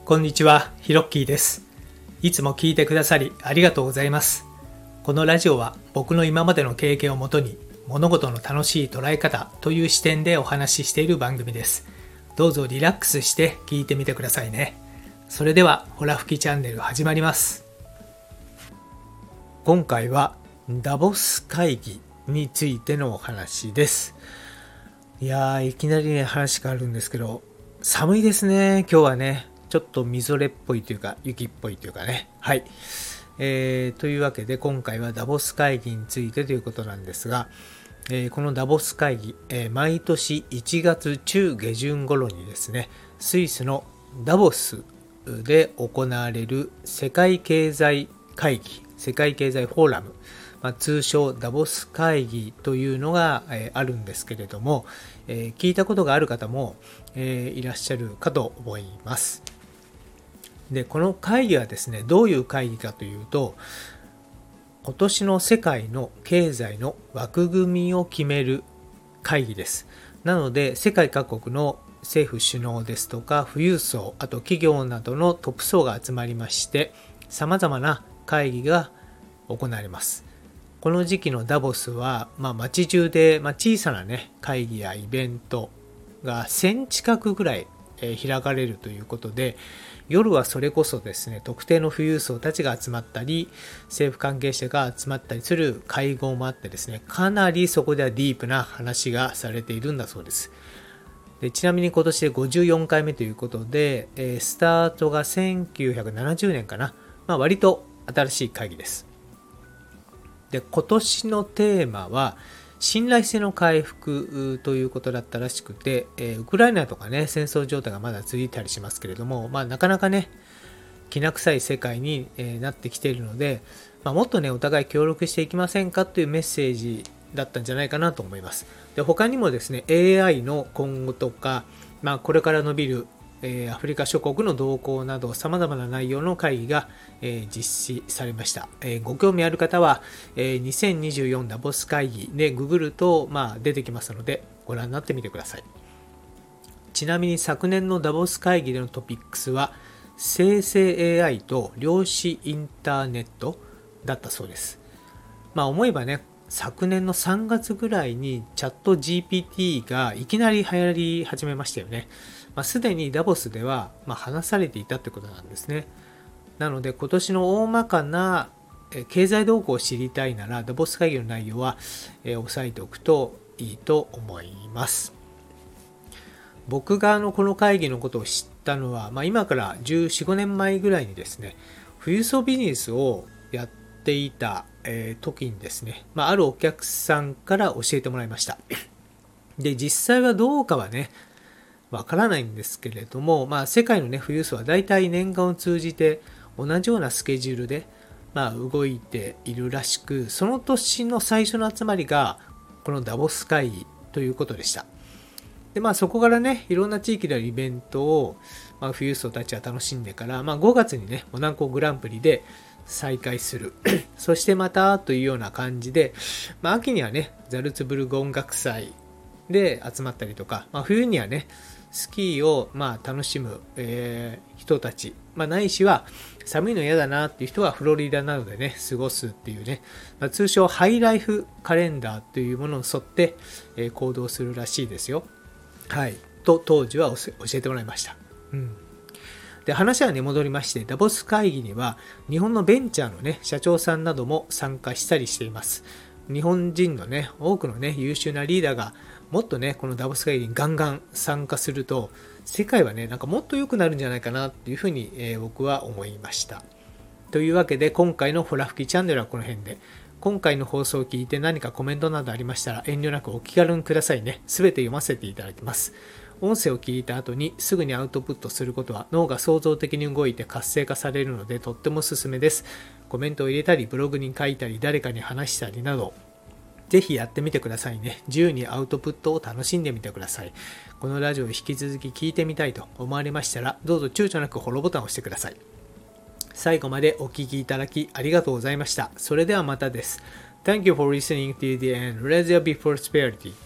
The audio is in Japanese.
こんにちは、ヒロッキーです。いつも聞いてくださりありがとうございます。このラジオは僕の今までの経験をもとに物事の楽しい捉え方という視点でお話ししている番組です。どうぞリラックスして聞いてみてくださいね。それではホラ吹きチャンネル始まります。今回はダボス会議についてのお話です。いきなりね話があるんですけど、寒いですね。今日はねちょっとみぞれっぽいというか雪っぽいというかね。はい。というわけで今回はダボス会議についてということなんですが、このダボス会議、毎年1月中下旬頃にですね、スイスのダボスで行われる世界経済会議、世界経済フォーラム、通称ダボス会議というのが、あるんですけれども、聞いたことがある方も、いらっしゃるかと思います。で、この会議はですね、どういう会議かというと、今年の世界の経済の枠組みを決める会議です。なので、世界各国の政府首脳ですとか、富裕層、あと企業などのトップ層が集まりまして、様々な会議が行われます。この時期のダボスは、街中で、小さなね、会議やイベントが1000近くぐらい開かれるということで、夜はそれこそですね、特定の富裕層たちが集まったり、政府関係者が集まったりする会合もあってですね、かなりそこではディープな話がされているんだそうです。で、ちなみに今年で54回目ということで、スタートが1970年かな。割と新しい会議です。で、今年のテーマは、信頼性の回復ということだったらしくて、ウクライナとかね、戦争状態がまだ続いたりしますけれども、なかなかね、きな臭い世界になってきているので、もっとね、お互い協力していきませんかというメッセージだったんじゃないかなと思います。で、他にもですね、AI の今後とか、これから伸びるアフリカ諸国の動向など様々な内容の会議が実施されました。ご興味ある方は2024ダボス会議でググると出てきますのでご覧になってみてください。ちなみに昨年のダボス会議でのトピックスは生成 AI と量子インターネットだったそうです。思えばね、昨年の3月ぐらいにチャット GPT がいきなり流行り始めましたよね。すでにダボスでは話されていたということなんですね。なので今年の大まかな経済動向を知りたいならダボス会議の内容は押さえておくといいと思います。僕がこの会議のことを知ったのは、今から14、15年前ぐらいにですね、富裕層ビジネスをやっていた時にですね、あるお客さんから教えてもらいました。で、実際はどうかはね、わからないんですけれども、世界のね、富裕層はだいたい年間を通じて同じようなスケジュールで、動いているらしく、その年の最初の集まりがこのダボス会議ということでした。で、そこからね、いろんな地域でのイベントを、富裕層たちは楽しんでから、5月にね、モナコグランプリで再開する。そしてまたというような感じで、秋にはね、ザルツブルグ音楽祭で集まったりとか、冬にはね、スキーを楽しむ、人たち、ないしは寒いの嫌だなっていう人はフロリダなどでね過ごすっていうね、通称ハイライフカレンダーというものに沿って、行動するらしいですよ。はい、と当時は教えてもらいました。で、話はね戻りまして、ダボス会議には日本のベンチャーのね社長さんなども参加したりしています。日本人のね多くのね優秀なリーダーがもっとねこのダボス会議にガンガン参加すると世界はねもっと良くなるんじゃないかなっていうふうに、僕は思いました。というわけで今回のホラ吹きチャンネルはこの辺で。今回の放送を聞いて何かコメントなどありましたら遠慮なくお気軽にくださいね。すべて読ませていただきます。音声を聞いた後にすぐにアウトプットすることは脳が創造的に動いて活性化されるのでとってもおすすめです。コメントを入れたりブログに書いたり誰かに話したりなどぜひやってみてくださいね。自由にアウトプットを楽しんでみてください。このラジオを引き続き聞いてみたいと思われましたらどうぞ躊躇なくフォローボタンを押してください。最後までお聞きいただきありがとうございました。それではまたです。Thank you for listening to the end. Let there be prosperity.